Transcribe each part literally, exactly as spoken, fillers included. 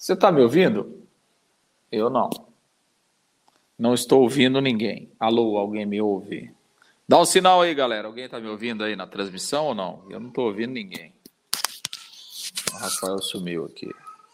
Você está me ouvindo? Eu não. Não estou ouvindo ninguém. Alô, alguém me ouve? Dá um sinal aí, galera. Alguém está me ouvindo aí na transmissão ou não? Eu não estou ouvindo ninguém. O Rafael sumiu aqui.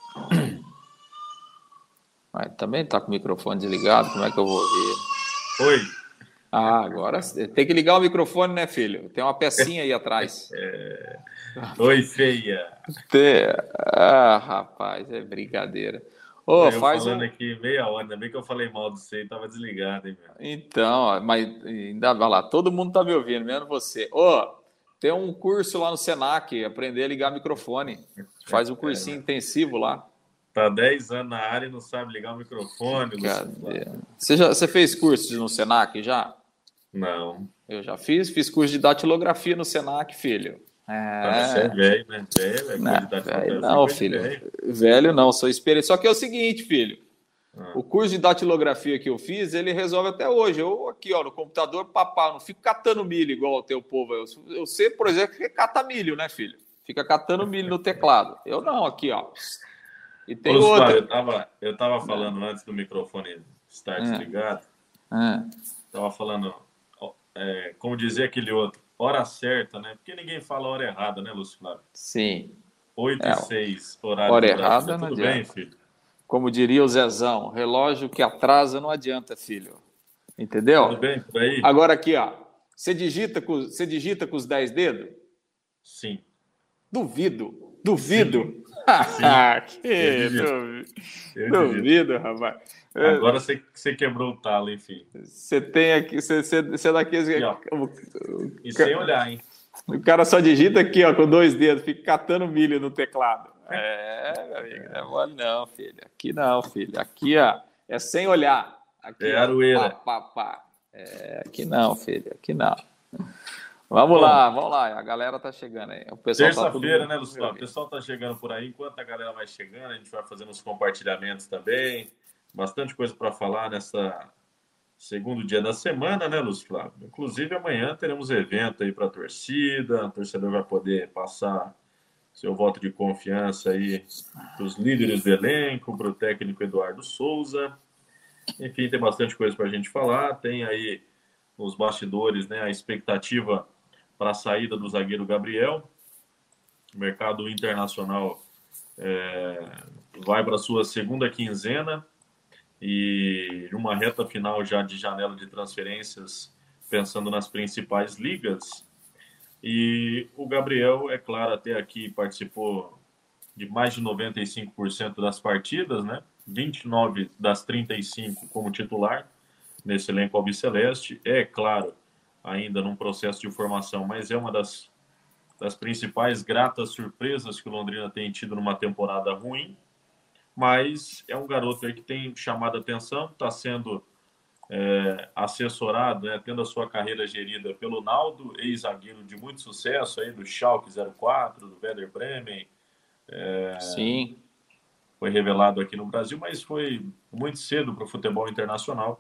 Mas também está com o microfone desligado. Como é que eu vou ouvir? Oi. Ah, agora tem que ligar o microfone, né, filho? Tem uma pecinha aí atrás. É... Oi, feia. Tem... Ah, rapaz, é brincadeira. Ô, Oi, oh, eu faz falando um... aqui meia hora, ainda bem que eu falei mal do você e tava desligado, hein, meu? Então, ó, mas ainda vai lá, todo mundo tá me ouvindo, menos você. Ô, oh, tem um curso lá no Senac, aprender a ligar microfone. Faz um cursinho É, intensivo lá. tá dez anos na área e não sabe ligar o microfone, Lúcio Flávio. Você, já, você fez curso no Senac já? Não. Eu já fiz, fiz curso de datilografia no Senac, filho. Ah, mas você é É... velho, né? Velho, é coisa de Não, velho datilografia, não, coisa de filho. velho. Velho não, sou experiente. Só que é o seguinte, filho. Ah. O curso de datilografia que eu fiz, ele resolve até hoje. Eu aqui, ó, no computador, papá, não fico catando milho igual o teu povo. Eu, eu sei, por exemplo, que cata milho, né, filho? Fica catando milho no teclado. Eu não, aqui, ó. E Ô, tem Lúcio Flávio, outra. eu tava, eu tava É, falando antes do microfone estar é, desligado, é. tava falando, ó, é, como dizia aquele outro, hora certa, né? Porque ninguém fala hora errada, né, Lúcio Flávio? Sim. oito É, e seis, horário hora de Brasília. errada não Tudo bem, adianta. filho? Como diria o Zezão, relógio que atrasa não adianta, filho. Tudo Entendeu? bem por aí? Agora aqui, ó. Você digita com, você digita com os dez dedos? Sim. Duvido. Sim. Duvido. Sim. Eu que digito. duvido. Eu digito. Duvido, rapaz. Agora você, você quebrou o talo, enfim. Você tem aqui, você, você, você é daqueles. E, ó, O, e sem olhar, hein? o cara só digita aqui, ó, com dois dedos, fica catando milho no teclado. É, meu amigo, não é mole não, filho. Aqui não, filho. Aqui, ó, é sem olhar. Aqui, É ó, pá, aroeira. pá, pá. É, aqui não, filho, aqui não. Vamos Bom, lá, vamos lá. A galera tá chegando aí. O pessoal tá todo terça-feira, mundo né, me Luciano? O ouvindo. pessoal tá chegando por aí. Enquanto a galera vai chegando, a gente vai fazendo os compartilhamentos também. Bastante coisa para falar nessa segundo dia da semana, né, Lúcio Flávio? Inclusive, amanhã teremos evento aí para a torcida. O torcedor vai poder passar seu voto de confiança aí para os líderes do elenco, para o técnico Eduardo Souza. Enfim, tem bastante coisa para a gente falar. Tem aí nos bastidores, né, a expectativa para a saída do zagueiro Gabriel. O mercado internacional é, vai para a sua segunda quinzena e uma reta final já de janela de transferências, pensando nas principais ligas. E o Gabriel, é claro, até aqui participou de mais de noventa e cinco por cento das partidas, né? vinte e nove das trinta e cinco como titular nesse elenco albiceleste. É claro, ainda num processo de formação, mas é uma das, das principais gratas surpresas que o Londrina tem tido numa temporada ruim. Mas é um garoto aí que tem chamado a atenção, está sendo é, assessorado, né, tendo a sua carreira gerida pelo Naldo, ex-zagueiro de muito sucesso aí do Schalke zero quatro, do Werder Bremen. É, Sim. foi revelado aqui no Brasil, mas foi muito cedo para o futebol internacional.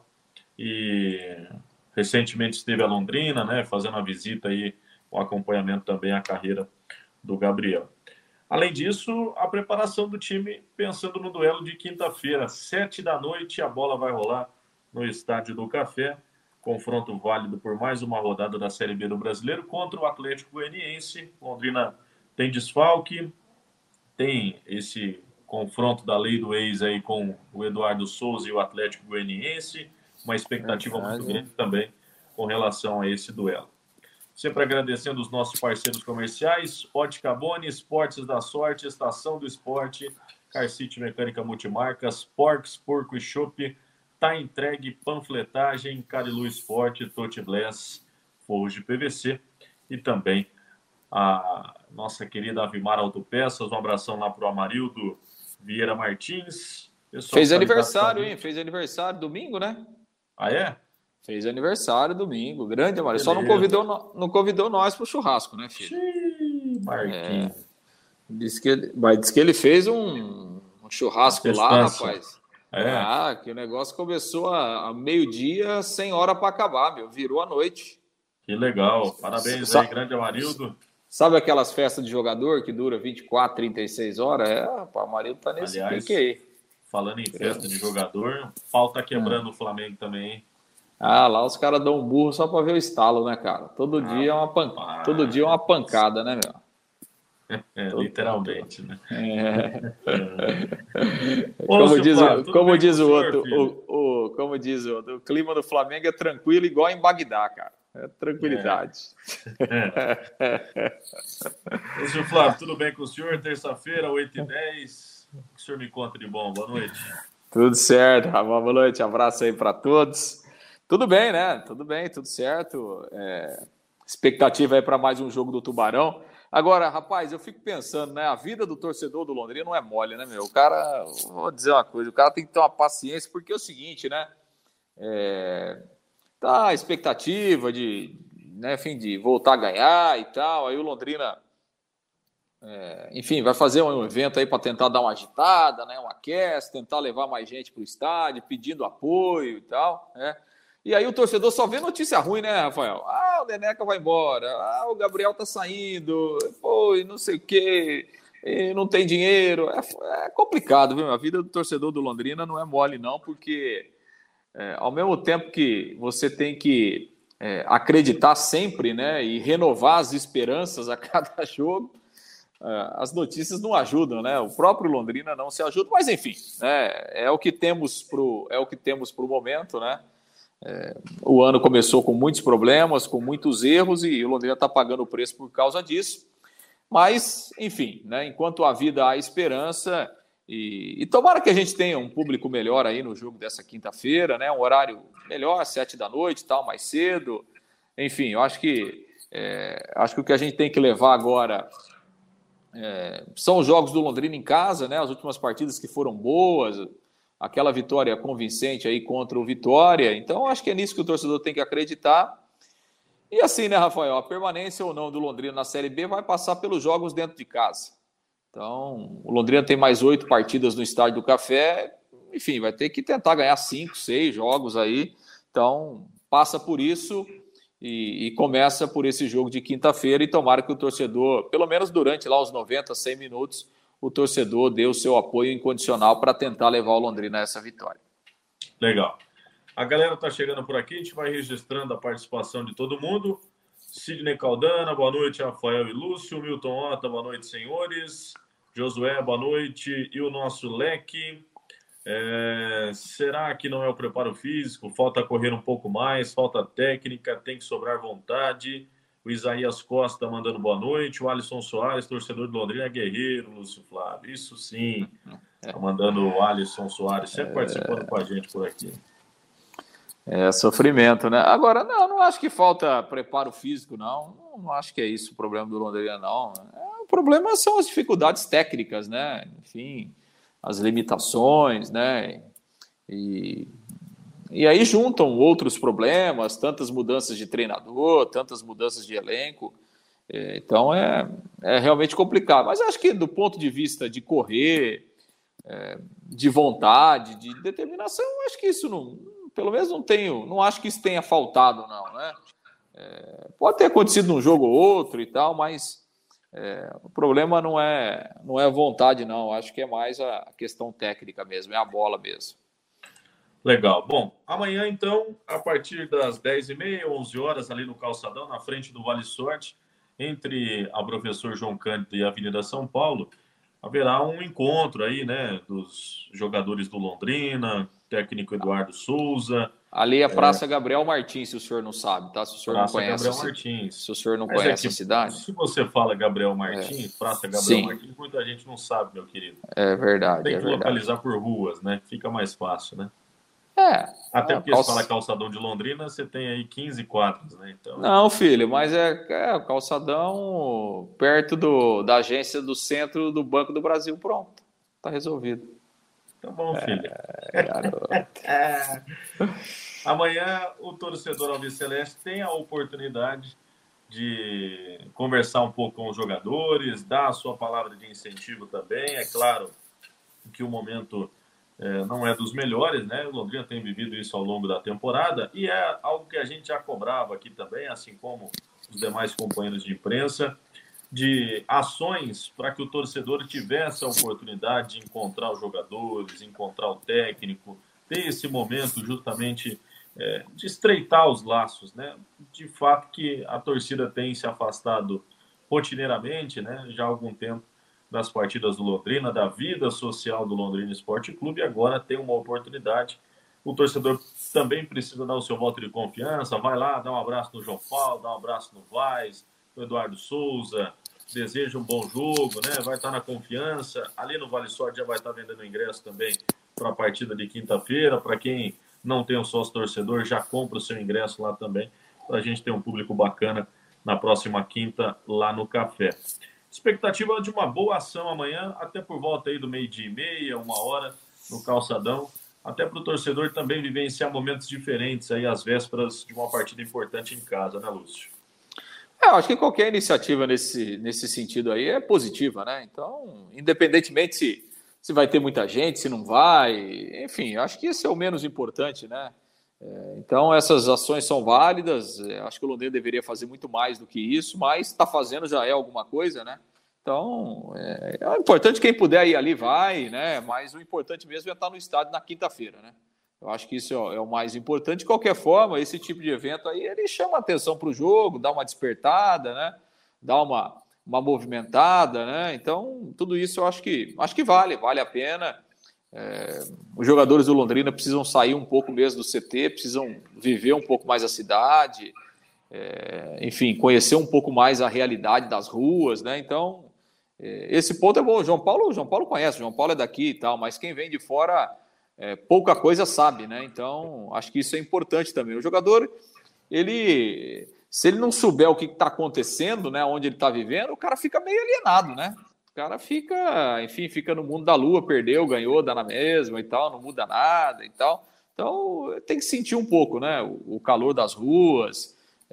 E recentemente esteve a Londrina, né, fazendo a visita aí, o acompanhamento também à carreira do Gabriel. Além disso, a preparação do time pensando no duelo de quinta-feira, sete da noite, a bola vai rolar no Estádio do Café. Confronto válido por mais uma rodada da Série B do Brasileiro contra o Atlético Goianiense. Londrina tem desfalque, tem esse confronto da lei do ex aí com o Eduardo Souza e o Atlético Goianiense. Uma expectativa muito Verdade, grande é. também com relação a esse duelo. Sempre agradecendo os nossos parceiros comerciais, Ótica Boni, Esportes da Sorte, Estação do Esporte, Car City Mecânica Multimarcas, Porks, Porco e Chopp, Tá Entregue, Panfletagem, Carilu Esporte, Tote Bless, Forros de P V C e também a nossa querida Avimar Autopeças. Um abração lá para o Amarildo Vieira Martins. Pessoal que Fez tá ligado com a aniversário, hein? gente. Fez aniversário domingo, né? Ah, é? Fez aniversário domingo. Grande, Mário. Só não Beleza. convidou, não convidou nós pro churrasco, né, filho? Xiii, É, Marquinhos. Diz que ele, mas diz que ele fez um, um Uma churrasco lá, festança. rapaz. É. Ah, que o negócio começou a, a meio-dia, sem hora para acabar, meu. Virou a noite. Que legal. Parabéns Sa aí, grande Amarildo. Sabe aquelas festas de jogador que dura vinte e quatro, trinta e seis horas? É, rapaz, o marido tá nesse Aliás, pique aí. Falando em festa é. de jogador, pau tá quebrando é. o Flamengo também, hein? Ah, lá os caras dão um burro só pra ver o estalo, né, cara? Todo, ah, dia, é uma pan... Todo dia é uma pancada, né, meu? É, literalmente, né? É. É. Como, diz, Flávio, como diz o outro, senhor, o, o, como diz o outro, o clima do Flamengo é tranquilo igual em Bagdá, cara. É tranquilidade. É. É. Ô, senhor Flávio, tudo bem com o senhor? Terça-feira, oito e dez. O que o senhor me conta de bom? Boa noite. Tudo certo, boa noite. Abraço aí para todos. Tudo bem, né? Tudo bem, tudo certo. É... Expectativa aí para mais um jogo do Tubarão. Agora, rapaz, eu fico pensando, né? A vida do torcedor do Londrina não é mole, né, meu? O cara, vou dizer uma coisa, o cara tem que ter uma paciência, porque é o seguinte, né? É... Tá a expectativa de, né, enfim, de voltar a ganhar e tal. Aí o Londrina, é... enfim, vai fazer um evento aí para tentar dar uma agitada, né? Um aquece, tentar levar mais gente para o estádio, pedindo apoio e tal, né? E aí o torcedor só vê notícia ruim, né, Rafael? Ah, o Neneca vai embora, ah, o Gabriel tá saindo, pô, e não sei o quê, e não tem dinheiro. É, é complicado, viu? A vida do torcedor do Londrina não é mole, não, porque é, ao mesmo tempo que você tem que é, acreditar sempre, né, e renovar as esperanças a cada jogo, é, as notícias não ajudam, né? O próprio Londrina não se ajuda, mas enfim, né, é o que temos pro, é o que temos pro momento, né? É, o ano começou com muitos problemas, com muitos erros, e o Londrina está pagando o preço por causa disso. Mas, enfim, né, enquanto há vida, há esperança. E, e tomara que a gente tenha um público melhor aí no jogo dessa quinta-feira, né, um horário melhor, sete da noite, tal, mais cedo. Enfim, eu acho que, é, acho que o que a gente tem que levar agora é, são os jogos do Londrina em casa, né, as últimas partidas que foram boas, aquela vitória convincente aí contra o Vitória. Então, acho que é nisso que o torcedor tem que acreditar. E assim, né, Rafael, a permanência ou não do Londrina na Série B vai passar pelos jogos dentro de casa. Então, o Londrina tem mais oito partidas no Estádio do Café. Enfim, vai ter que tentar ganhar cinco, seis jogos aí. Então, passa por isso e, e começa por esse jogo de quinta-feira. E tomara que o torcedor, pelo menos durante lá os noventa, cem minutos, o torcedor dê o seu apoio incondicional para tentar levar o Londrina a essa vitória. Legal. A galera está chegando por aqui, a gente vai registrando a participação de todo mundo. Sidney Caldana, boa noite, Rafael e Lúcio. Milton Ota, boa noite, senhores. Josué, boa noite. E o nosso leque. É... Será que não é o preparo físico? Falta correr um pouco mais, falta técnica, tem que sobrar vontade. O Isaías Costa mandando boa noite. O Alisson Soares, torcedor do Londrina, é guerreiro, Lúcio Flávio. Isso sim. Tá mandando o Alisson Soares, sempre participando é... com a gente por aqui. É sofrimento, né? Agora, não, não acho que falta preparo físico, não. Não acho que é isso o problema do Londrina, não. É, o problema são as dificuldades técnicas, né? Enfim, as limitações, né? E... E aí juntam outros problemas, tantas mudanças de treinador, tantas mudanças de elenco. Então é, é realmente complicado. Mas acho que do ponto de vista de correr, é, de vontade, de determinação, acho que isso não, pelo menos não tenho, não acho que isso tenha faltado, não, né? É, pode ter acontecido num jogo ou outro e tal, mas é, o problema não é, não é a vontade, não. Acho que é mais a questão técnica mesmo, é a bola mesmo. Legal. Bom, amanhã, então, a partir das dez e meia, onze horas, ali no Calçadão, na frente do Vale Sorte, entre a Professor João Cândido e a Avenida São Paulo, haverá um encontro aí, né, dos jogadores do Londrina, técnico Eduardo Souza. Ali é a Praça é... Gabriel Martins, se o senhor não sabe, tá? Se o senhor Praça não conhece. Gabriel Martins. Se o senhor não Mas conhece é que, a cidade. Se você fala Gabriel Martins, é. Praça Gabriel Sim. Martins, muita gente não sabe, meu querido. É verdade. Tem que é verdade. localizar por ruas, né? Fica mais fácil, né? É. Até é, porque calça... se fala calçadão de Londrina, você tem aí quinze quadras, né? Então... Não, filho, mas é, é o calçadão perto do, da agência do centro do Banco do Brasil. Pronto, tá resolvido. Tá bom, filho. É, garoto. Amanhã o torcedor alviceleste tem a oportunidade de conversar um pouco com os jogadores, dar a sua palavra de incentivo também. É claro que o momento é, não é dos melhores, né? O Londrina tem vivido isso ao longo da temporada e é algo que a gente já cobrava aqui também, assim como os demais companheiros de imprensa. de ações para que o torcedor tivesse a oportunidade de encontrar os jogadores, encontrar o técnico, ter esse momento justamente é, de estreitar os laços, né? De fato que a torcida tem se afastado rotineiramente, né? Já há algum tempo das partidas do Londrina, da vida social do Londrina Esporte Clube, e agora tem uma oportunidade. O torcedor também precisa dar o seu voto de confiança, vai lá, dá um abraço no João Paulo, dá um abraço no Vaz, no Eduardo Souza, deseja um bom jogo, né? Vai estar na confiança. Ali no Vale Sorte já vai estar vendendo ingresso também para a partida de quinta-feira. Para quem não tem um sócio torcedor, já compra o seu ingresso lá também, para a gente ter um público bacana na próxima quinta lá no Café. Expectativa de uma boa ação amanhã, até por volta aí do meio-dia e meia, uma hora, no Calçadão, até para o torcedor também vivenciar momentos diferentes aí às vésperas de uma partida importante em casa, né, Lúcio? É, eu acho que qualquer iniciativa nesse, nesse sentido aí é positiva, né? Então, independentemente se, se vai ter muita gente, se não vai, enfim, eu acho que esse é o menos importante, né? É, então, essas ações são válidas, acho que o Londrina deveria fazer muito mais do que isso, mas está fazendo já é alguma coisa, né? Então, é, é importante quem puder ir ali, vai, né? Mas o importante mesmo é estar no estádio na quinta-feira, né? Eu acho que isso é o mais importante. De qualquer forma, esse tipo de evento aí, ele chama atenção para o jogo, dá uma despertada, né? Dá uma, uma movimentada, né? Então, tudo isso eu acho que, acho que vale, vale a pena. É, os jogadores do Londrina precisam sair um pouco mesmo do C T, precisam viver um pouco mais a cidade, é, enfim, conhecer um pouco mais a realidade das ruas, né? Então, é, esse ponto é bom. O João Paulo, o João Paulo conhece, o João Paulo é daqui e tal, mas quem vem de fora é, pouca coisa sabe, né? Então, acho que isso é importante também. O jogador, ele, se ele não souber o que está acontecendo, né, onde ele está vivendo, o cara fica meio alienado, né? O cara fica, enfim, fica no mundo da lua, perdeu, ganhou, dá na mesma e tal, não muda nada e tal. Então, tem que sentir um pouco, né? O, o calor das ruas,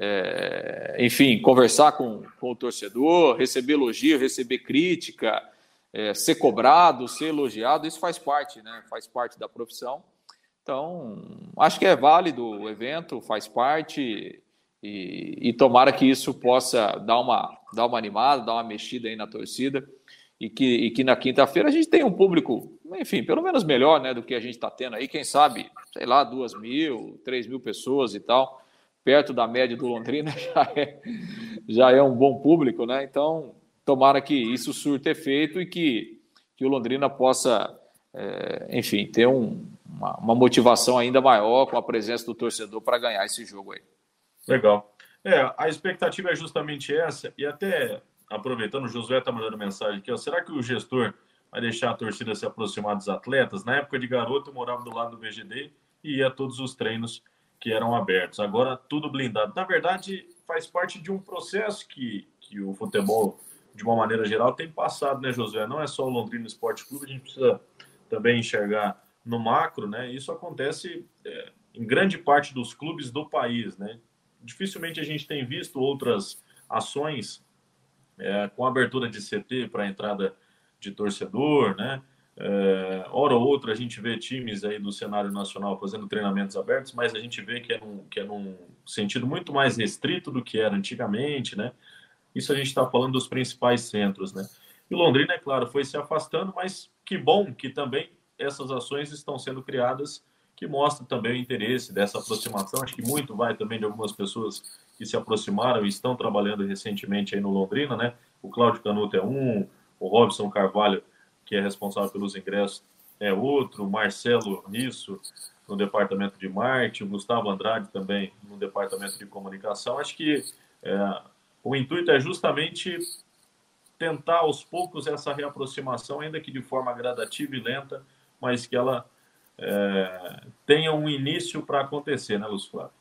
é, enfim, conversar com, com o torcedor, receber elogio, receber crítica, é, ser cobrado, ser elogiado, isso faz parte, né? Faz parte da profissão. Então, acho que é válido o evento, faz parte, e, e tomara que isso possa dar uma, dar uma animada, dar uma mexida aí na torcida, e que, e que na quinta-feira a gente tenha um público, enfim, pelo menos melhor, né, do que a gente está tendo aí, quem sabe, sei lá, duas mil, três mil pessoas e tal, perto da média do Londrina, já é, já é um bom público, né? Então, tomara que isso surta efeito e que, que o Londrina possa, é, enfim, ter um, uma, uma motivação ainda maior com a presença do torcedor para ganhar esse jogo aí. Legal. É, a expectativa é justamente essa, e até aproveitando, o Josué está mandando mensagem aqui, ó, será que o gestor vai deixar a torcida se aproximar dos atletas? Na época de garoto, eu morava do lado do V G D e ia a todos os treinos que eram abertos. Agora, tudo blindado. Na verdade, faz parte de um processo que, que o futebol, de uma maneira geral, tem passado, né, Josué? Não é só o Londrina Esporte Clube, a gente precisa também enxergar no macro, né? Isso acontece é, em grande parte dos clubes do país, né? Dificilmente a gente tem visto outras ações é, com abertura de C T para entrada de torcedor, né? É, hora ou outra a gente vê times aí do cenário nacional fazendo treinamentos abertos, mas a gente vê que é num, que é num sentido muito mais restrito do que era antigamente, né? Isso a gente está falando dos principais centros, né? E Londrina, é claro, foi se afastando, mas que bom que também essas ações estão sendo criadas, que mostra também o interesse dessa aproximação. Acho que muito vai também de algumas pessoas que se aproximaram e estão trabalhando recentemente aí no Londrina, né? O Cláudio Canuto é um, o Robson Carvalho, que é responsável pelos ingressos, é outro, o Marcelo Risso, no departamento de marketing, o Gustavo Andrade também no departamento de comunicação. Acho que é, o intuito é justamente tentar aos poucos essa reaproximação, ainda que de forma gradativa e lenta, mas que ela é, tenha um início para acontecer, né, Lúcio Flávio?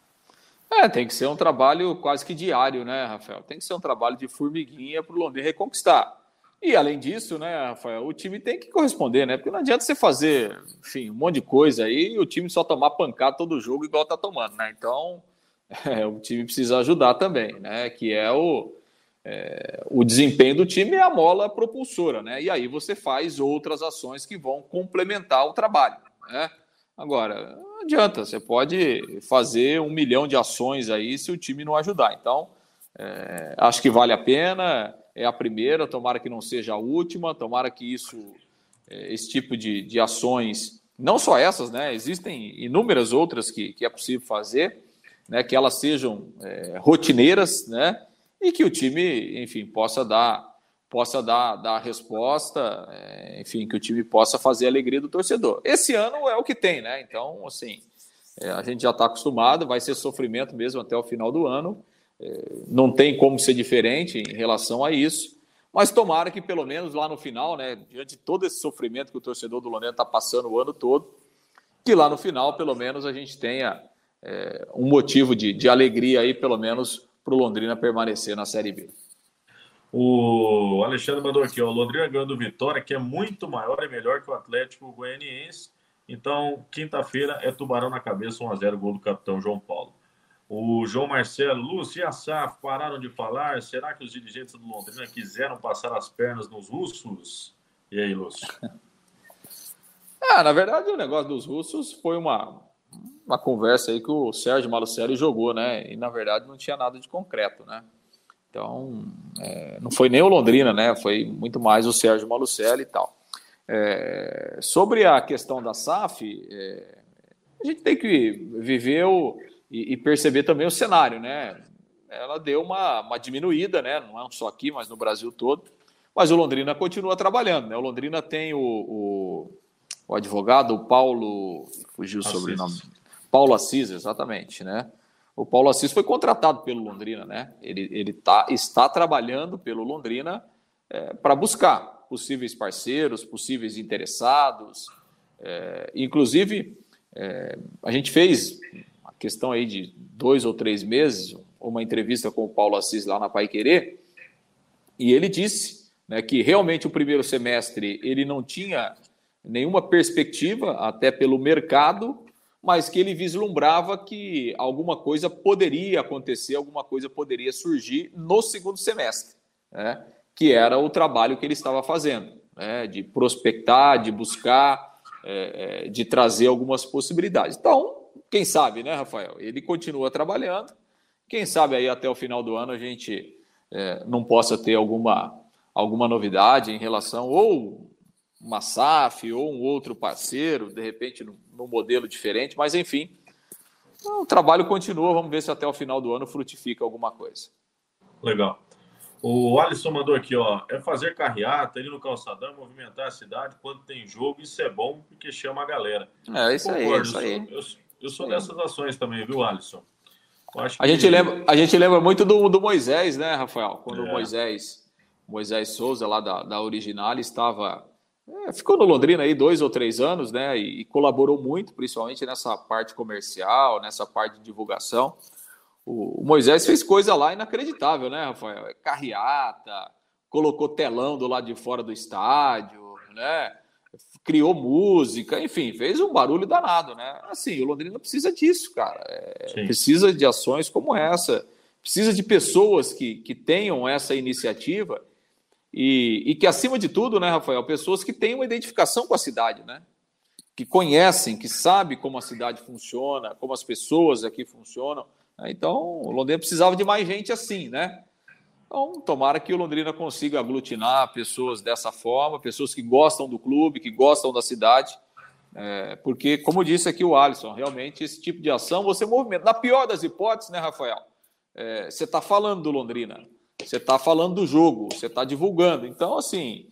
É, tem que ser um trabalho quase que diário, né, Rafael? Tem que ser um trabalho de formiguinha para o Londrina reconquistar. E, além disso, né, Rafael, o time tem que corresponder, né? Porque não adianta você fazer, enfim, um monte de coisa aí e o time só tomar pancada todo jogo igual tá tomando, né? Então, é, o time precisa ajudar também, né? Que é o, é, o desempenho do time é a mola propulsora, né? E aí você faz outras ações que vão complementar o trabalho, né? Agora, não adianta, você pode fazer um milhão de ações aí se o time não ajudar. Então, é, acho que vale a pena. é a primeira, tomara que não seja a última, tomara que isso, esse tipo de, de ações, não só essas, né? Existem inúmeras outras que, que é possível fazer, né? Que elas sejam é, rotineiras, né? E que o time, enfim, possa dar, possa dar, dar a resposta, é, enfim, que o time possa fazer a alegria do torcedor. Esse ano é o que tem, né? Então, assim, é, a gente já está acostumado, vai ser sofrimento mesmo até o final do ano. É, não tem como ser diferente em relação a isso, mas tomara que pelo menos lá no final, né, diante de todo esse sofrimento que o torcedor do Londrina está passando o ano todo, que lá no final pelo menos a gente tenha é, um motivo de, de alegria aí, pelo menos para o Londrina permanecer na Série B. O Alexandre mandou aqui, ó, o Londrina ganhando do Vitória, que é muito maior e melhor que o Atlético Goianiense. Então, quinta-feira é Tubarão na cabeça, um a zero, gol do capitão João Paulo. O João Marcelo, Lúcio e a S A F pararam de falar. Será que os dirigentes do Londrina quiseram passar as pernas nos russos? E aí, Lúcio? Ah, na verdade, o negócio dos russos foi uma, uma conversa aí que o Sérgio Malucelli jogou, né? E, na verdade, não tinha nada de concreto, né? Então, é, não foi nem o Londrina, né? Foi muito mais o Sérgio Malucelli e tal. É, sobre a questão da S A F, é, a gente tem que viver o, e, e perceber também o cenário, né? Ela deu uma, uma diminuída, né? Não é só aqui, mas no Brasil todo. Mas o Londrina continua trabalhando, né? O Londrina tem o, o, o advogado, o Paulo... Fugiu o sobrenome. Paulo Assis, exatamente, né? O Paulo Assis foi contratado pelo Londrina, né? Ele, ele tá, está trabalhando pelo Londrina é, para buscar possíveis parceiros, possíveis interessados. É, inclusive, é, a gente fez uma questão aí de dois ou três meses, uma entrevista com o Paulo Assis lá na Paiquerê, e ele disse, né, que realmente o primeiro semestre ele não tinha nenhuma perspectiva, até pelo mercado, mas que ele vislumbrava que alguma coisa poderia acontecer, alguma coisa poderia surgir no segundo semestre, né? Que era o trabalho que ele estava fazendo, né? De prospectar, de buscar, é, de trazer algumas possibilidades. Então, quem sabe, né, Rafael? Ele continua trabalhando, quem sabe aí até o final do ano a gente é, não possa ter alguma, alguma novidade em relação ou uma S A F ou um outro parceiro, de repente num, num modelo diferente, mas enfim, o trabalho continua, vamos ver se até o final do ano frutifica alguma coisa. Legal. O Alisson mandou aqui, ó, é fazer carreata, ir no calçadão, movimentar a cidade quando tem jogo, isso é bom porque chama a galera. É, isso Concordo, aí, isso eu aí. sou, eu, eu isso sou aí. dessas ações também, viu, Alisson? Eu acho a, que... gente lembra, a gente lembra muito do, do Moisés, né, Rafael? Quando É. o Moisés, Moisés Souza, lá da, da Original, estava... É, ficou no Londrina aí dois ou três anos, né? E, e colaborou muito, principalmente nessa parte comercial, nessa parte de divulgação. O, o Moisés fez coisa lá inacreditável, né, Rafael? Carreata, colocou telão do lado de fora do estádio, né? Criou música, enfim, fez um barulho danado, né? Assim, o Londrina precisa disso, cara. É, precisa de ações como essa, precisa de pessoas que, que tenham essa iniciativa. E, e que, acima de tudo, né, Rafael, pessoas que têm uma identificação com a cidade, né? Que conhecem, que sabem como a cidade funciona, como as pessoas aqui funcionam. Então, o Londrina precisava de mais gente assim, né? Então, tomara que o Londrina consiga aglutinar pessoas dessa forma, pessoas que gostam do clube, que gostam da cidade, é, porque, como disse aqui o Alisson, realmente esse tipo de ação você movimenta. Na pior das hipóteses, né, Rafael? É, você está falando do Londrina. Você está falando do jogo, você está divulgando. Então, assim,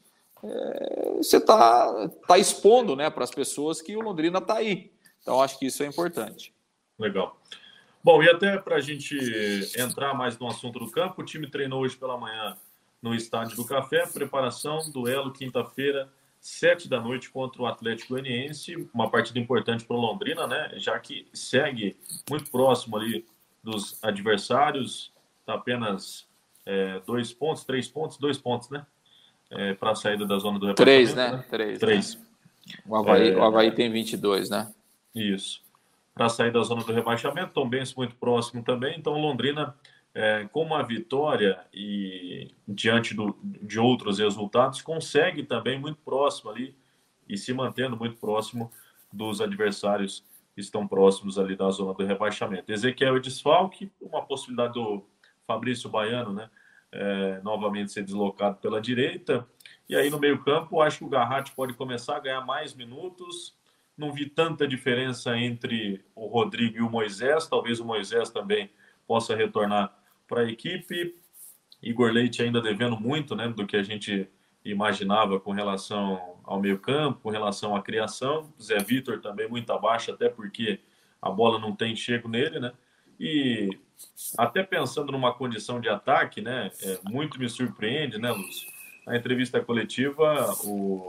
é, você está tá expondo, né, para as pessoas que o Londrina está aí. Então, acho que isso é importante. Legal. Bom, e até para a gente entrar mais no assunto do campo, o time treinou hoje pela manhã no Estádio do Café. Preparação, duelo, quinta-feira, sete da noite contra o Atlético Goianiense. Uma partida importante para o Londrina, né? Já que segue muito próximo ali dos adversários. Está apenas... É, dois pontos, três pontos, dois pontos, né? É, para a saída da zona do rebaixamento. Três, né? né? Três. Três. Né? O Avaí, é, o Avaí tem vinte e dois, né? Isso. Para sair da zona do rebaixamento, Tombense muito próximo também. Então, Londrina, é, com uma vitória e diante do, de outros resultados, consegue também muito próximo ali e se mantendo muito próximo dos adversários que estão próximos ali da zona do rebaixamento. Ezequiel e desfalque, uma possibilidade do Fabrício Baiano, né, é, novamente ser deslocado pela direita. E aí no meio campo, acho que o Garratti pode começar a ganhar mais minutos. Não vi tanta diferença entre o Rodrigo e o Moisés. Talvez o Moisés também possa retornar para a equipe. Igor Leite ainda devendo muito, né, do que a gente imaginava com relação ao meio campo, com relação à criação. Zé Vitor também muito abaixo, até porque a bola não tem chego nele, né? E até pensando numa condição de ataque, né, é, muito me surpreende, né, Lúcio? Na entrevista coletiva, o,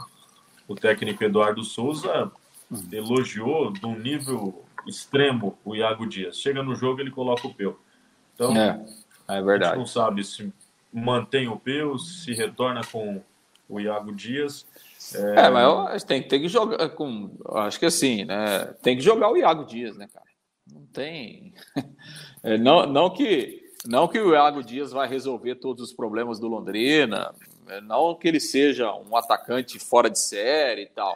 o técnico Eduardo Souza elogiou de um nível extremo o Iago Dias. Chega no jogo, ele coloca o Peu. Então, É, é verdade. A gente não sabe se mantém o Peu, se retorna com o Iago Dias. É, é mas eu acho que tem, tem que jogar com. Acho que assim, né? Tem que jogar o Iago Dias, né, cara? Não tem. É, não, não, que, não que o Iago Dias vai resolver todos os problemas do Londrina, não que ele seja um atacante fora de série e tal,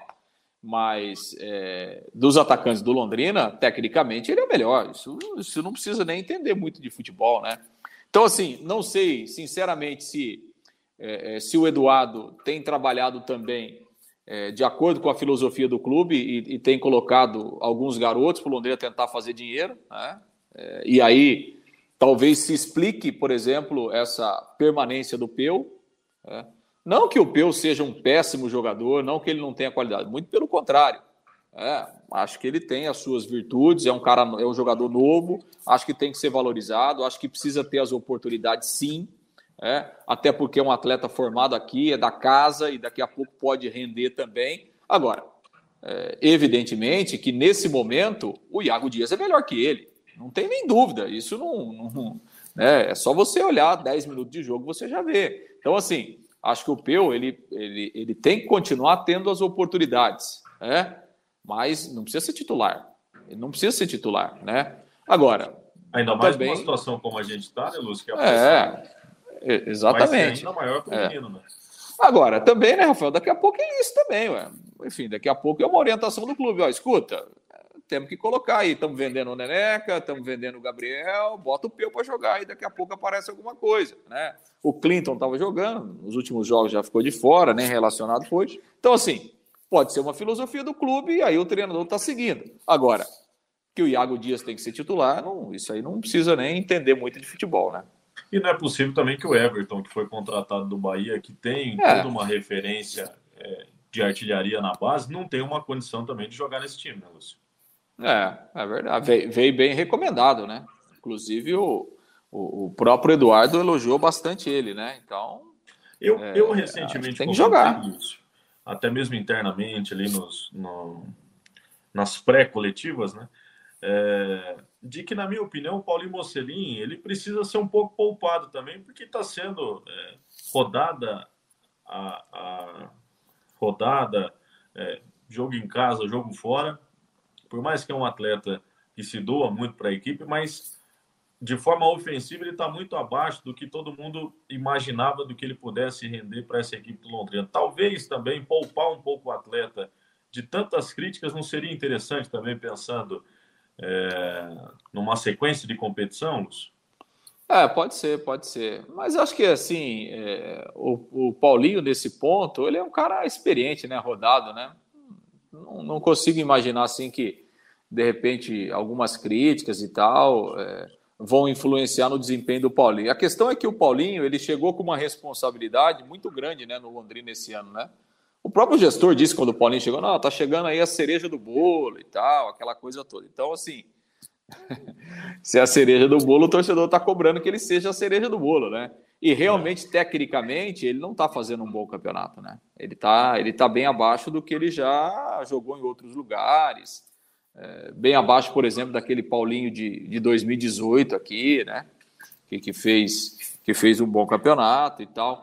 mas é, dos atacantes do Londrina, tecnicamente, ele é o melhor. Isso, isso não precisa nem entender muito de futebol, né? Então, assim, não sei, sinceramente, se, é, se o Eduardo tem trabalhado também é, de acordo com a filosofia do clube e, e tem colocado alguns garotos para o Londrina tentar fazer dinheiro, né? É, e aí, talvez se explique, por exemplo, essa permanência do Peu. Né? Não que o Peu seja um péssimo jogador, não que ele não tenha qualidade, muito pelo contrário. É, acho que ele tem as suas virtudes, é um cara, é um jogador novo, acho que tem que ser valorizado, acho que precisa ter as oportunidades, sim. É, até porque é um atleta formado aqui, é da casa e daqui a pouco pode render também. Agora, é, evidentemente que nesse momento o Iago Dias é melhor que ele. Não tem nem dúvida, isso não, não né, é só você olhar dez minutos de jogo, você já vê. Então, assim, acho que o Peu, ele, ele, ele tem que continuar tendo as oportunidades, né? Mas não precisa ser titular, ele não precisa ser titular, né? Agora, ainda mais também, numa situação como a gente está, né, Lúcio? Que a é, exatamente. Vai ser ainda maior para o é. menino, né? Agora, também, né, Rafael, daqui a pouco é isso também, ué. Enfim, daqui a pouco é uma orientação do clube, ó, escuta, temos que colocar aí, estamos vendendo o Neneca, estamos vendendo o Gabriel, bota o Peu para jogar e daqui a pouco aparece alguma coisa, né? O Clinton estava jogando, nos últimos jogos já ficou de fora, nem relacionado foi. Então, assim, pode ser uma filosofia do clube e aí o treinador está seguindo. Agora, que o Iago Dias tem que ser titular, não, isso aí não precisa nem entender muito de futebol, né? E não é possível também que o Everton, que foi contratado do Bahia, que tem É. toda uma referência é, de artilharia na base, não tem uma condição também de jogar nesse time, né, Lúcio? É, é verdade. Veio, veio bem recomendado, né? Inclusive o, o, o próprio Eduardo elogiou bastante ele, né? Então. Eu, é, eu recentemente tem que comentei jogar. isso, até mesmo internamente ali nos, no, nas pré-coletivas, né? É, de que, na minha opinião, o Paulinho Mocelin, ele precisa ser um pouco poupado também, porque está sendo é, rodada a, a rodada, é, jogo em casa, jogo fora. Por mais que é um atleta que se doa muito para a equipe, mas de forma ofensiva ele está muito abaixo do que todo mundo imaginava do que ele pudesse render para essa equipe do Londrina. Talvez também poupar um pouco o atleta de tantas críticas não seria interessante também pensando é, numa sequência de competição, Lúcio? É, pode ser, pode ser. Mas acho que assim, é, o, o Paulinho, nesse ponto, ele é um cara experiente, né? Rodado, né? Não, não consigo imaginar assim que, de repente, algumas críticas e tal é, vão influenciar no desempenho do Paulinho. A questão é que o Paulinho ele chegou com uma responsabilidade muito grande, né, no Londrina esse ano, né? O próprio gestor disse quando o Paulinho chegou, não, tá chegando aí a cereja do bolo e tal, aquela coisa toda. Então, assim, se é a cereja do bolo, o torcedor está cobrando que ele seja a cereja do bolo, né? E realmente, tecnicamente, ele não está fazendo um bom campeonato, né? Ele está ele tá bem abaixo do que ele já jogou em outros lugares. É, bem abaixo, por exemplo, daquele Paulinho de, de dois mil e dezoito aqui, né? Que, que, fez, que fez um bom campeonato e tal.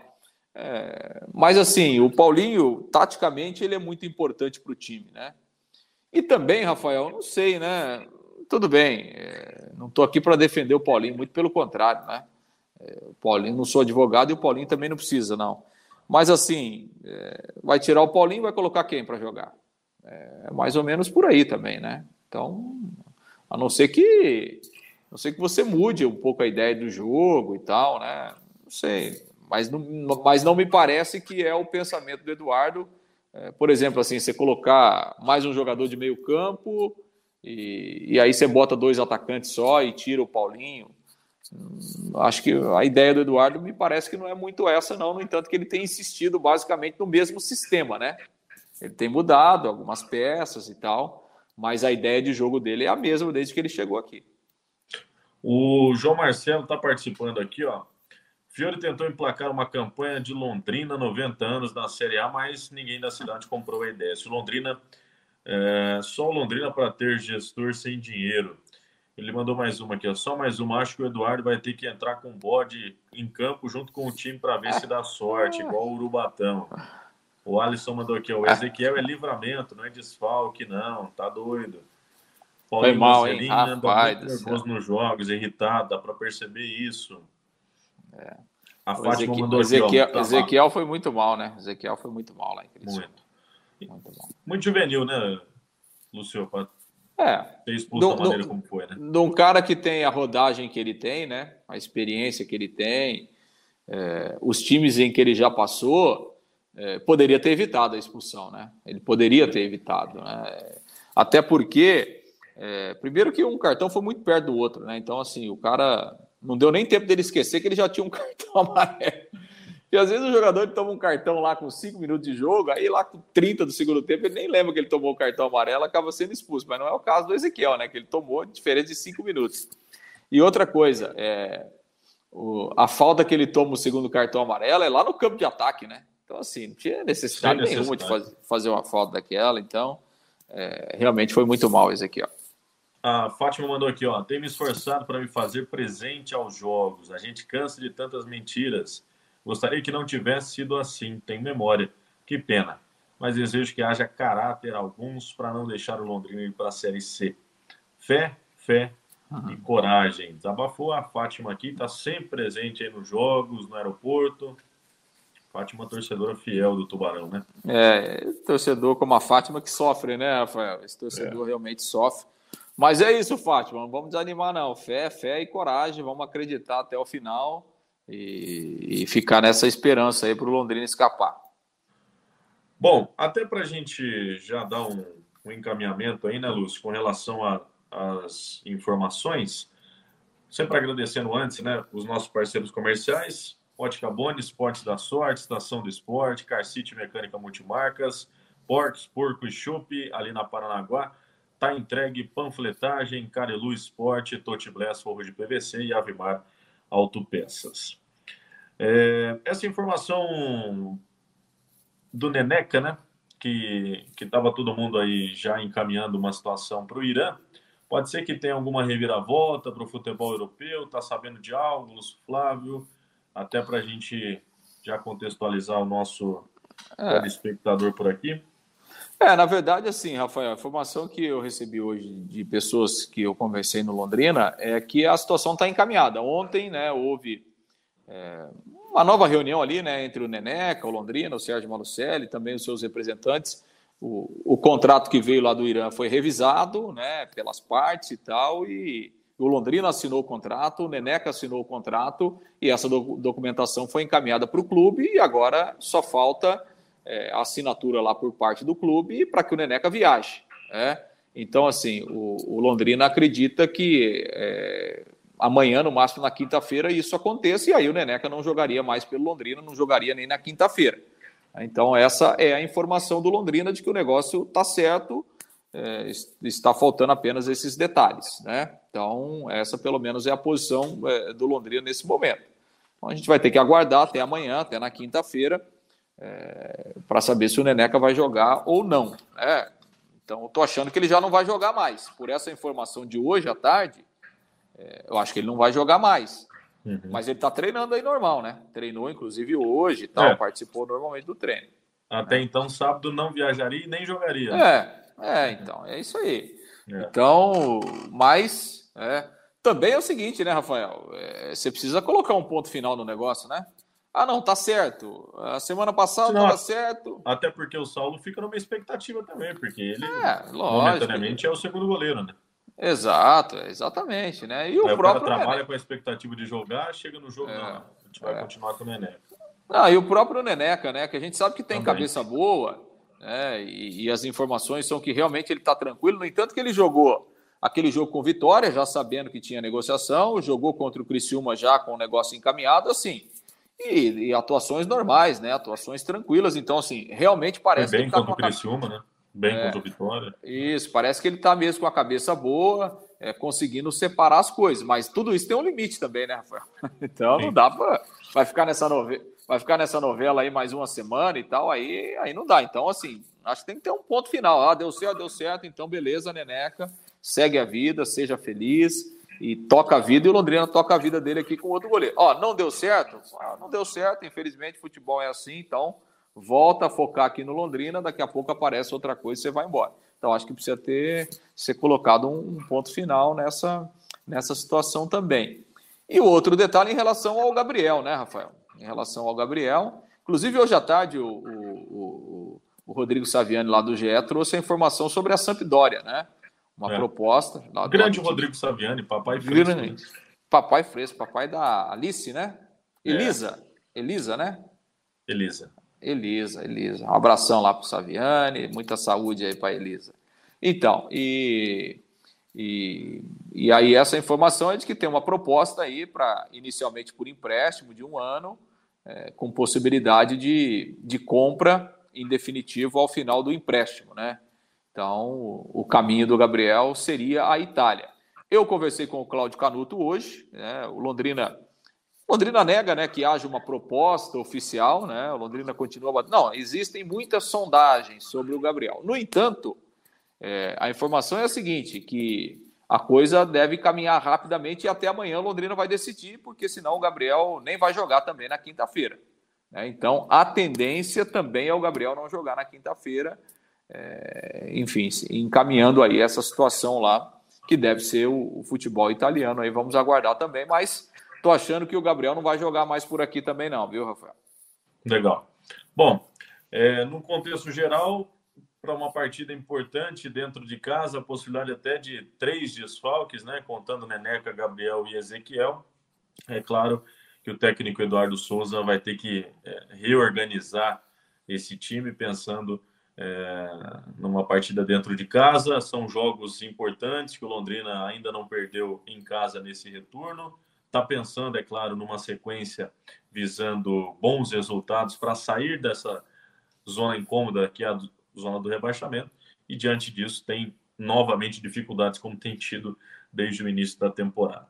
É, mas, assim, o Paulinho, taticamente, ele é muito importante para o time, né? E também, Rafael, não sei, né? Tudo bem, é, não estou aqui para defender o Paulinho, muito pelo contrário, né? É, o Paulinho, não sou advogado e o Paulinho também não precisa, não. Mas assim, é, vai tirar o Paulinho e vai colocar quem para jogar? É mais ou menos por aí também, né? Então, a não ser que, a não ser que você mude um pouco a ideia do jogo e tal, né? Não sei, mas não, mas não me parece que é o pensamento do Eduardo. É, por exemplo, assim, você colocar mais um jogador de meio campo e, e aí você bota dois atacantes só e tira o Paulinho. Hum, acho que a ideia do Eduardo me parece que não é muito essa, não. No entanto, que ele tem insistido basicamente no mesmo sistema, né? Ele tem mudado algumas peças e tal, mas a ideia de jogo dele é a mesma desde que ele chegou aqui. O João Marcelo está participando aqui, ó. Fiore tentou emplacar uma campanha de Londrina, noventa anos na Série A, mas ninguém da cidade comprou a ideia. Se Londrina, é, só o Londrina para ter gestor sem dinheiro. Ele mandou mais uma aqui, ó. Só mais uma. Acho que o Eduardo vai ter que entrar com bode em campo junto com o time para ver se dá sorte, igual o Urubatão. O Alisson mandou aqui, ó. O Ezequiel é livramento, não é desfalque, não. Tá doido. Paulinho Foi mal, hein? Mocelin anda Rapaz muito do nervoso céu. nos jogos, irritado, dá para perceber isso. É. A O Fátima Ezequiel, mandou aqui, Ezequiel, ó. Tá Ezequiel foi muito mal, né? Ezequiel foi muito mal lá em Criciúma. Muito. Muito mal. Muito juvenil, né, Lúcio? Para É. ser expulso Do, da maneira do, como foi, né? de um cara que tem a rodagem que ele tem, né? A experiência que ele tem, é, os times em que ele já passou, é, poderia ter evitado a expulsão, né? Ele poderia ter evitado, né? Até porque, é, primeiro que um cartão foi muito perto do outro, né? Então, assim, o cara não deu nem tempo dele esquecer que ele já tinha um cartão amarelo. E às vezes o jogador ele toma um cartão lá com cinco minutos de jogo, aí lá com trinta do segundo tempo ele nem lembra que ele tomou o cartão amarelo, acaba sendo expulso. Mas não é o caso do Ezequiel, né? Que ele tomou diferente de cinco minutos. E outra coisa, é, o, a falta que ele toma o segundo cartão amarelo é lá no campo de ataque, né? Então, assim, não tinha necessidade, necessidade. nenhuma de faz, fazer uma falta daquela. Então, é, realmente foi muito mal, Ezequiel. A Fátima mandou aqui, ó. Tenho me esforçado para me fazer presente aos jogos. A gente cansa de tantas mentiras. Gostaria que não tivesse sido assim. Tenho memória. Que pena. Mas desejo que haja caráter alguns para não deixar o Londrina ir para a Série C. Fé, fé uhum. e coragem. Desabafou a Fátima aqui. Está sempre presente aí nos jogos, no aeroporto. Fátima, torcedora fiel do Tubarão, né? É, torcedor como a Fátima que sofre, né, Rafael? Esse torcedor é. realmente sofre. Mas é isso, Fátima. Não vamos desanimar, não. Fé, fé e coragem. Vamos acreditar até o final e, e ficar nessa esperança aí para o Londrina escapar. Bom, até para a gente já dar um, um encaminhamento aí, né, Lúcio, com relação às informações, sempre agradecendo antes, né, os nossos parceiros comerciais, Ótica Boni, Esportes da Sorte, Estação do Esporte, Car City Mecânica Multimarcas, Portos, Porco e Chopp, ali na Paranaguá. Tá entregue panfletagem, Carelu Esporte, Totibless, Forro de P V C e Avimar Autopeças. É, essa informação do Neneca, né? Que estava todo mundo aí já encaminhando uma situação para o Irã. Pode ser que tenha alguma reviravolta para o futebol europeu. Tá sabendo de algo, Lúcio Flávio? Até para a gente já contextualizar o nosso é. telespectador por aqui. É, na verdade, assim, Rafael, a informação que eu recebi hoje de pessoas que eu conversei no Londrina é que a situação está encaminhada. Ontem, né, houve é, uma nova reunião ali, né, entre o Neneca, o Londrina, o Sérgio Malucelli, também os seus representantes. O, o contrato que veio lá do Irã foi revisado, né, pelas partes e tal, e o Londrina assinou o contrato, o Neneca assinou o contrato, e essa do, documentação foi encaminhada para o clube, e agora só falta É, a assinatura lá por parte do clube para que o Neneca viaje. Né? Então, assim, o, o Londrina acredita que é, amanhã, no máximo na quinta-feira, isso aconteça, e aí o Neneca não jogaria mais pelo Londrina, não jogaria nem na quinta-feira. Então, essa é a informação do Londrina de que o negócio está certo, é, está faltando apenas esses detalhes. Né? Então, essa pelo menos é a posição é, do Londrina nesse momento. Então, a gente vai ter que aguardar até amanhã, até na quinta-feira, É, para saber se o Neneca vai jogar ou não. Né? Então, eu estou achando que ele já não vai jogar mais. Por essa informação de hoje à tarde, é, eu acho que ele não vai jogar mais. Uhum. Mas ele está treinando aí normal, né? Treinou, inclusive, hoje e tal, é. participou normalmente do treino. Até né? então, sábado não viajaria e nem jogaria. Né? É, é, então, é isso aí. É. Então, mas é, também é o seguinte, né, Rafael? É, você precisa colocar um ponto final no negócio, né? Ah, não, tá certo. A semana passada estava certo. Até porque o Saulo fica numa expectativa também, porque ele, é, lógico, momentaneamente, é o segundo goleiro, né? Exato, exatamente, né? E o Aí próprio o cara trabalha Neneca. com a expectativa de jogar, chega no jogo, é. não, gente vai é. continuar com o Neneca. Ah, e o próprio Neneca, né? Que a gente sabe que tem Também. cabeça boa, né? E, e as informações são que realmente ele está tranquilo. No entanto, que ele jogou aquele jogo com Vitória, já sabendo que tinha negociação, jogou contra o Criciúma já com o negócio encaminhado, assim. E, e atuações normais, né? Atuações tranquilas. Então, assim, realmente parece Foi bem que ele contra tá o Criciúma, né? Bem é, contra o Vitória. Isso, parece que ele está mesmo com a cabeça boa, é, conseguindo separar as coisas. Mas tudo isso tem um limite também, né, Rafael? Então Sim. não dá para... Vai ficar nessa novela, vai ficar nessa novela aí mais uma semana e tal, aí, aí não dá. Então, assim, acho que tem que ter um ponto final. Ah, deu certo, deu certo, então beleza, Neneca, segue a vida, seja feliz e toca a vida. E o Londrina toca a vida dele aqui com outro goleiro. Ó, não deu certo? Ah, não deu certo, infelizmente, futebol é assim, então volta a focar aqui no Londrina, daqui a pouco aparece outra coisa e você vai embora. Então, acho que precisa ter ser colocado um ponto final nessa, nessa situação também. E o outro detalhe em relação ao Gabriel, né, Rafael? Em relação ao Gabriel. Inclusive, hoje à tarde, o, o, o, o Rodrigo Saviani, lá do G E, trouxe a informação sobre a Sampdoria, né? Uma é. proposta. Lá Grande do Rodrigo Saviani, papai fresco. Né? Papai fresco, papai da Alice, né? Elisa. É. Elisa, né? Elisa. Elisa, Elisa. Um abração lá para o Saviani, muita saúde aí para Elisa. Então, e... E, e aí essa informação é de que tem uma proposta aí para, inicialmente por empréstimo de um ano, é, com possibilidade de, de compra em definitivo ao final do empréstimo, né? Então, o, o caminho do Gabriel seria a Itália. Eu conversei com o Cláudio Canuto hoje, né? O Londrina, Londrina nega, né, que haja uma proposta oficial, né? O Londrina continua... Não, existem muitas sondagens sobre o Gabriel. No entanto... É, a informação é a seguinte, que a coisa deve caminhar rapidamente e até amanhã o Londrina vai decidir, porque senão o Gabriel nem vai jogar também na quinta-feira. Né? Então, a tendência também é o Gabriel não jogar na quinta-feira, é, enfim, encaminhando aí essa situação lá, que deve ser o, o futebol italiano. Aí vamos aguardar também, mas tô achando que o Gabriel não vai jogar mais por aqui também não, viu, Rafael? Legal. Bom, é, no contexto geral... para uma partida importante dentro de casa, a possibilidade até de três desfalques, né? Contando Neneca, Gabriel e Ezequiel. É claro que o técnico Eduardo Souza vai ter que é, reorganizar esse time, pensando é, numa partida dentro de casa. São jogos importantes que o Londrina ainda não perdeu em casa nesse retorno. Está pensando, é claro, numa sequência visando bons resultados para sair dessa zona incômoda que é a zona do rebaixamento, e diante disso tem novamente dificuldades como tem tido desde o início da temporada.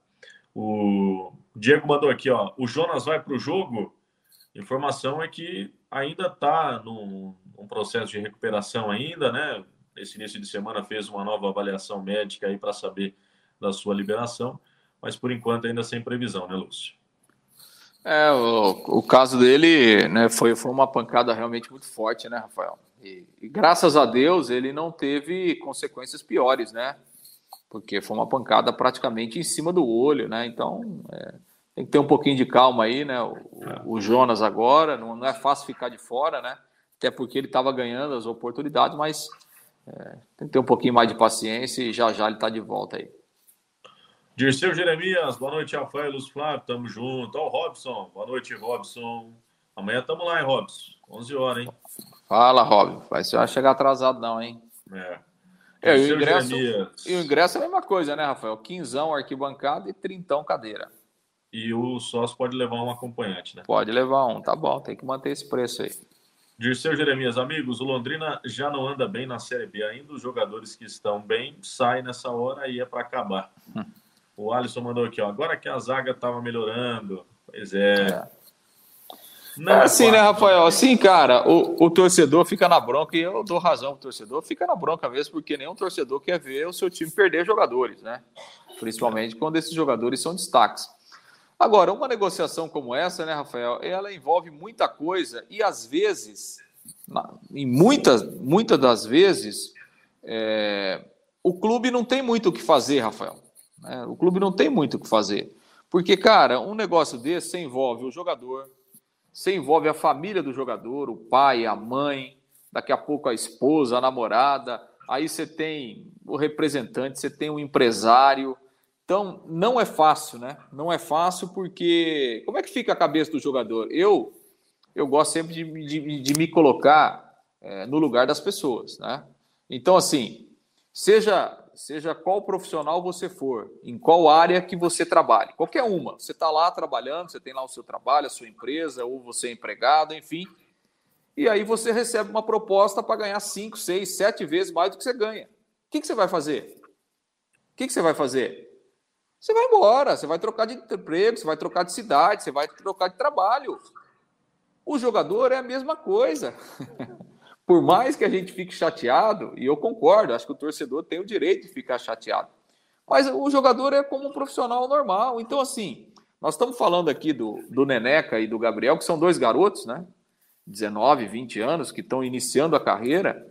O Diego mandou aqui, ó, o Jonas vai para o jogo? Informação é que ainda está num, num processo de recuperação ainda, né? Esse início de semana fez uma nova avaliação médica aí para saber da sua liberação, mas por enquanto ainda sem previsão, né, Lúcio? É, o, o caso dele, né, foi, foi uma pancada realmente muito forte, né, Rafael? E, e graças a Deus ele não teve consequências piores, né? Porque foi uma pancada praticamente em cima do olho, né? Então é, tem que ter um pouquinho de calma aí, né? O, o, o Jonas agora, não, não é fácil ficar de fora, né? Até porque ele estava ganhando as oportunidades, mas é, tem que ter um pouquinho mais de paciência e já já ele está de volta aí. Dirceu Jeremias, boa noite, Rafael, Lúcio Flávio, tamo junto. Ó, o Robson, boa noite, Robson. Amanhã tamo lá, hein, Robson? onze horas, hein? Fala, Rob. Vai ser chegar atrasado não, hein? É. É, e, o ingresso, e o ingresso é a mesma coisa, né, Rafael? Quinzão arquibancada e trintão cadeira. E o sócio pode levar um acompanhante, né? Pode levar um, tá bom, tem que manter esse preço aí. Dirceu Jeremias, amigos, o Londrina já não anda bem na Série B ainda, os jogadores que estão bem saem nessa hora e é para acabar. Hum. O Alisson mandou aqui, ó, agora que a zaga estava melhorando, pois é... é. Não é assim, é fácil, né, Rafael? Assim, cara, o, o torcedor fica na bronca, e eu dou razão pro torcedor, fica na bronca mesmo, porque nenhum torcedor quer ver o seu time perder jogadores, né? Principalmente quando esses jogadores são destaques. Agora, uma negociação como essa, né, Rafael, ela envolve muita coisa e, às vezes, em muitas, muitas das vezes, é, o clube não tem muito o que fazer, Rafael. Né? O clube não tem muito o que fazer. Porque, cara, um negócio desse envolve o jogador, você envolve a família do jogador, o pai, a mãe, daqui a pouco a esposa, a namorada, aí você tem o representante, você tem o empresário. Então, não é fácil, né? Não é fácil porque... Como é que fica a cabeça do jogador? Eu, eu gosto sempre de, de, de me colocar é, no lugar das pessoas, né? Então, assim, seja, seja qual profissional você for, em qual área que você trabalhe, qualquer uma. Você está lá trabalhando, você tem lá o seu trabalho, a sua empresa, ou você é empregado, enfim. E aí você recebe uma proposta para ganhar cinco, seis, sete vezes mais do que você ganha. O que, que você vai fazer? O que, que você vai fazer? Você vai embora, você vai trocar de emprego, você vai trocar de cidade, você vai trocar de trabalho. O jogador é a mesma coisa. Por mais que a gente fique chateado, e eu concordo, acho que o torcedor tem o direito de ficar chateado. Mas o jogador é como um profissional normal. Então, assim, nós estamos falando aqui do, do Neneca e do Gabriel, que são dois garotos, né? dezenove, vinte anos, que estão iniciando a carreira.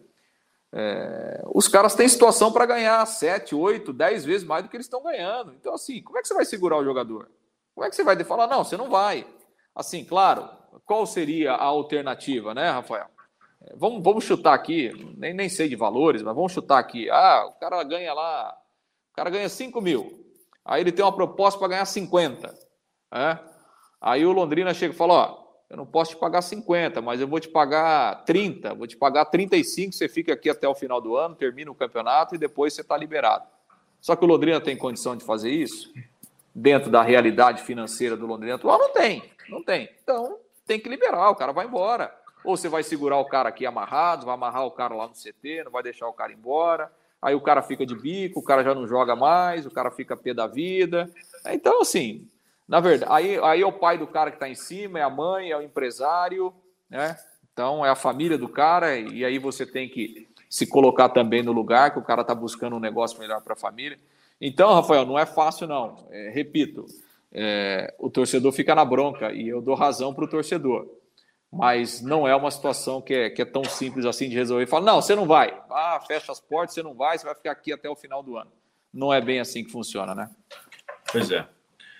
É, os caras têm situação para ganhar sete, oito, dez vezes mais do que eles estão ganhando. Então, assim, como é que você vai segurar o jogador? Como é que você vai falar, não, você não vai? Assim, claro, qual seria a alternativa, né, Rafael? É, vamos, vamos chutar aqui, nem, nem sei de valores, mas vamos chutar aqui. Ah, o cara ganha lá, o cara ganha cinco mil. Aí ele tem uma proposta para ganhar cinquenta. Né? Aí o Londrina chega e fala, ó, eu não posso te pagar cinquenta, mas eu vou te pagar trinta, vou te pagar trinta e cinco, você fica aqui até o final do ano, termina o campeonato e depois você está liberado. Só que o Londrina tem condição de fazer isso? Dentro da realidade financeira do Londrina atual? Não tem, não tem. Então, tem que liberar, o cara vai embora. Ou você vai segurar o cara aqui amarrado, vai amarrar o cara lá no C T, não vai deixar o cara embora, aí o cara fica de bico, o cara já não joga mais, o cara fica pé da vida. Então, assim... Na verdade, aí, aí é o pai do cara que está em cima, é a mãe, é o empresário, né? Então é a família do cara, e aí você tem que se colocar também no lugar que o cara está buscando um negócio melhor para a família. Então, Rafael, não é fácil, não. É, repito, é, o torcedor fica na bronca, e eu dou razão para o torcedor. Mas não é uma situação que é, que é tão simples assim de resolver. Fala, não, você não vai. Ah, fecha as portas, você não vai, você vai ficar aqui até o final do ano. Não é bem assim que funciona, né? Pois é.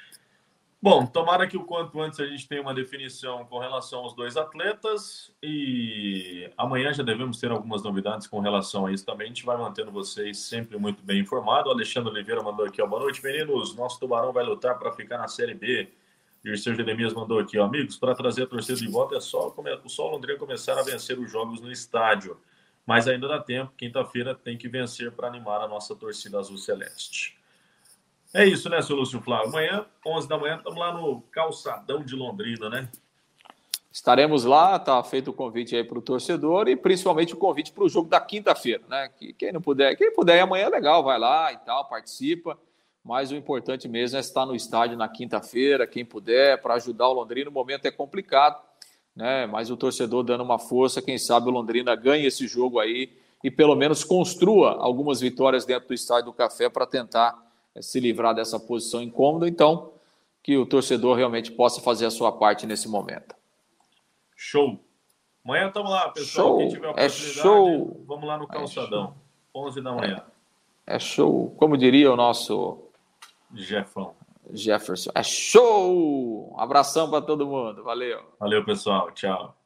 Bom, tomara que o quanto antes a gente tenha uma definição com relação aos dois atletas e amanhã já devemos ter algumas novidades com relação a isso também. A gente vai mantendo vocês sempre muito bem informados. O Alexandre Oliveira mandou aqui, ó, boa noite, meninos. Nosso Tubarão vai lutar para ficar na Série B. Dirceu Jeremias mandou aqui, ó, amigos, para trazer a torcida de volta é só, só o Londrina começar a vencer os jogos no estádio. Mas ainda dá tempo, quinta-feira tem que vencer para animar a nossa torcida azul celeste. É isso, né, seu Lúcio Flávio? Amanhã, onze da manhã, estamos lá no Calçadão de Londrina, né? Estaremos lá, tá feito o convite aí para o torcedor e principalmente o convite para o jogo da quinta-feira, né? Que quem não puder, quem puder ir amanhã é legal, vai lá e tal, participa. Mas o importante mesmo é estar no estádio na quinta-feira, quem puder, para ajudar o Londrina. O momento é complicado, né? Mas o torcedor dando uma força, quem sabe o Londrina ganhe esse jogo aí e pelo menos construa algumas vitórias dentro do Estádio do Café para tentar se livrar dessa posição incômoda, então que o torcedor realmente possa fazer a sua parte nesse momento. Show! Amanhã estamos lá, pessoal. Show. Quem tiver a oportunidade, é show. Vamos lá no Calçadão, é onze da manhã. É, é show, como diria o nosso Jefão. Jefferson, é show! Um abração para todo mundo, valeu. Valeu, pessoal, tchau.